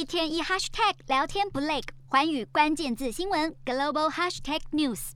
天一 hashtag 聊天不累，寰宇关键字新闻 global hashtag news。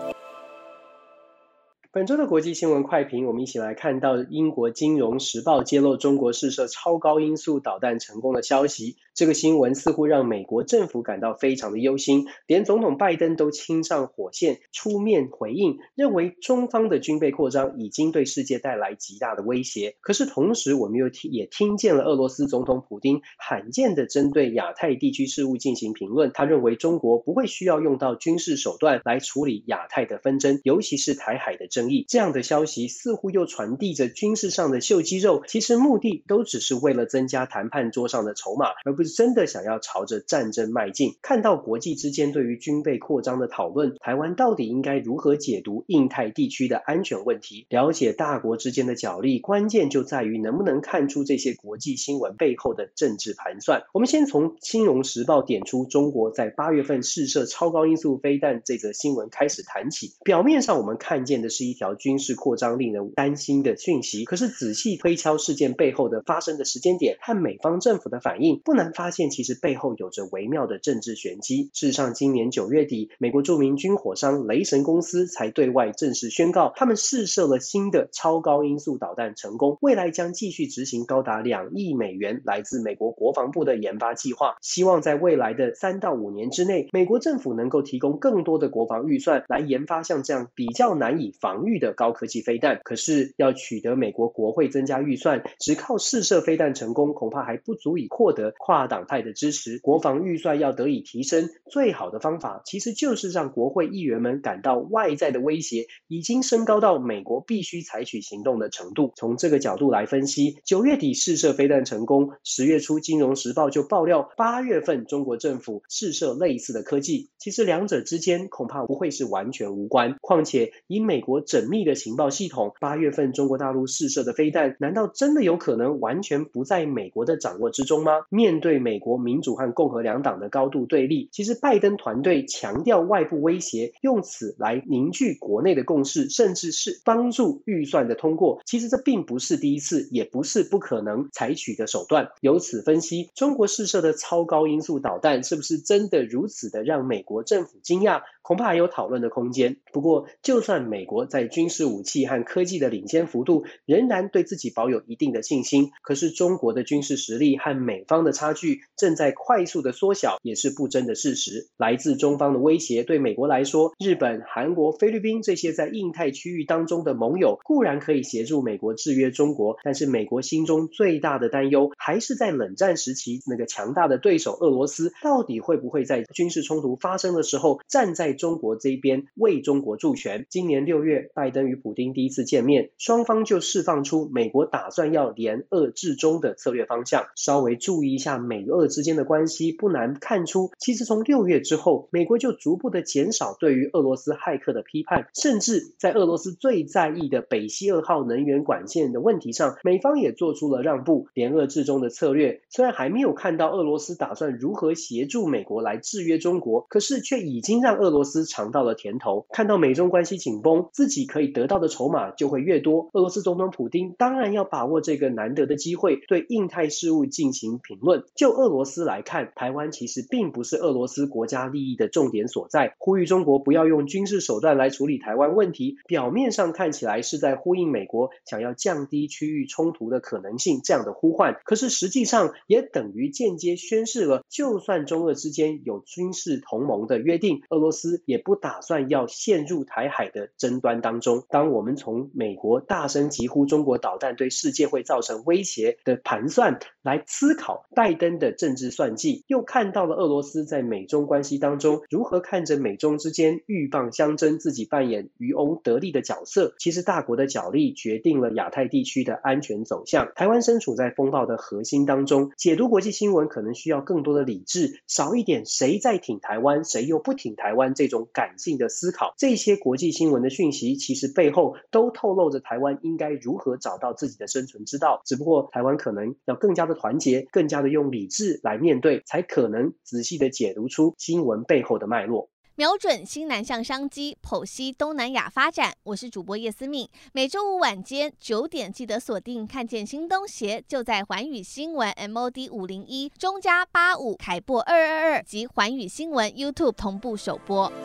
本周的国际新闻快评，我们一起来看到英国金融时报揭露中国试射超高音速导弹成功的消息。这个新闻似乎让美国政府感到非常的忧心，连总统拜登都亲上火线出面回应，认为中方的军备扩张已经对世界带来极大的威胁。可是同时我们也听见了俄罗斯总统普丁罕见的针对亚太地区事务进行评论，他认为中国不会需要用到军事手段来处理亚太的纷争，尤其是台海的争议。这样的消息似乎又传递着军事上的秀肌肉，其实目的都只是为了增加谈判桌上的筹码，而不是真的想要朝着战争迈进。看到国际之间对于军备扩张的讨论，台湾到底应该如何解读印太地区的安全问题？了解大国之间的角力，关键就在于能不能看出这些国际新闻背后的政治盘算。我们先从《金融时报》点出中国在8月份试射超高音速飞弹这则新闻开始谈起。表面上我们看见的是一条军事扩张令人担心的讯息，可是仔细推敲事件背后的发生的时间点和美方政府的反应，不难发现其实背后有着微妙的政治玄机。事实上，今年9月底，美国著名军火商雷神公司才对外正式宣告，他们试射了新的超高音速导弹成功，未来将继续执行高达2亿美元来自美国国防部的研发计划，希望在未来的3到5年之内，美国政府能够提供更多的国防预算来研发像这样比较难以防御的高科技飞弹。可是要取得美国国会增加预算，只靠试射飞弹成功恐怕还不足以获得跨党派的支持。国防预算要得以提升，最好的方法其实就是让国会议员们感到外在的威胁已经升高到美国必须采取行动的程度。从这个角度来分析，9月底试射飞弹成功，10月初金融时报就爆料8月份中国政府试射类似的科技，其实两者之间恐怕不会是完全无关。况且以美国缜密的情报系统，8月份中国大陆试射的飞弹难道真的有可能完全不在美国的掌握之中吗？面对美国民主和共和两党的高度对立，其实拜登团队强调外部威胁，用此来凝聚国内的共识，甚至是帮助预算的通过，其实这并不是第一次，也不是不可能采取的手段。由此分析，中国试射的超高音速导弹是不是真的如此的让美国政府惊讶，恐怕还有讨论的空间。不过就算美国在军事武器和科技的领先幅度仍然对自己保有一定的信心，可是中国的军事实力和美方的差距正在快速的缩小，也是不争的事实。来自中方的威胁对美国来说，日本、韩国、菲律宾这些在印太区域当中的盟友固然可以协助美国制约中国，但是美国心中最大的担忧还是在冷战时期那个强大的对手俄罗斯到底会不会在军事冲突发生的时候站在中国这边为中国助拳。今年6月拜登与普丁第一次见面，双方就释放出美国打算要联俄制中的策略方向。稍微注意一下美俄之间的关系，不难看出其实从6月之后，美国就逐步的减少对于俄罗斯骇客的批判，甚至在俄罗斯最在意的北溪2号能源管线的问题上，美方也做出了让步。联俄制中的策略虽然还没有看到俄罗斯打算如何协助美国来制约中国，可是却已经让俄罗斯尝到了甜头。看到美中关系紧绷，自己可以得到的筹码就会越多，俄罗斯总统普丁当然要把握这个难得的机会，对印太事务进行评论。就俄罗斯来看，台湾其实并不是俄罗斯国家利益的重点所在，呼吁中国不要用军事手段来处理台湾问题，表面上看起来是在呼应美国想要降低区域冲突的可能性这样的呼唤，可是实际上也等于间接宣示了，就算中俄之间有军事同盟的约定，俄罗斯也不打算要陷入台海的争端当中。当我们从美国大声疾呼中国导弹对世界会造成威胁的盘算来思考拜登的政治算计，又看到了俄罗斯在美中关系当中如何看着美中之间鹬蚌相争，自己扮演渔翁得利的角色。其实大国的角力决定了亚太地区的安全走向，台湾身处在风暴的核心当中，解读国际新闻可能需要更多的理智，少一点谁在挺台湾谁又不挺台湾这种感性的思考。这些国际新闻的讯息其实背后都透露着台湾应该如何找到自己的生存之道，只不过台湾可能要更加的团结，更加的用理智来面对，才可能仔细的解读出新闻背后的脉络。 瞄准新南向商机，剖析东南亚发展。我是主播叶思敏，每周五晚间9点记得锁定，看见新东协就在环宇新闻 MOD 501中加85凯播222及环宇新闻 YouTube 同步首播。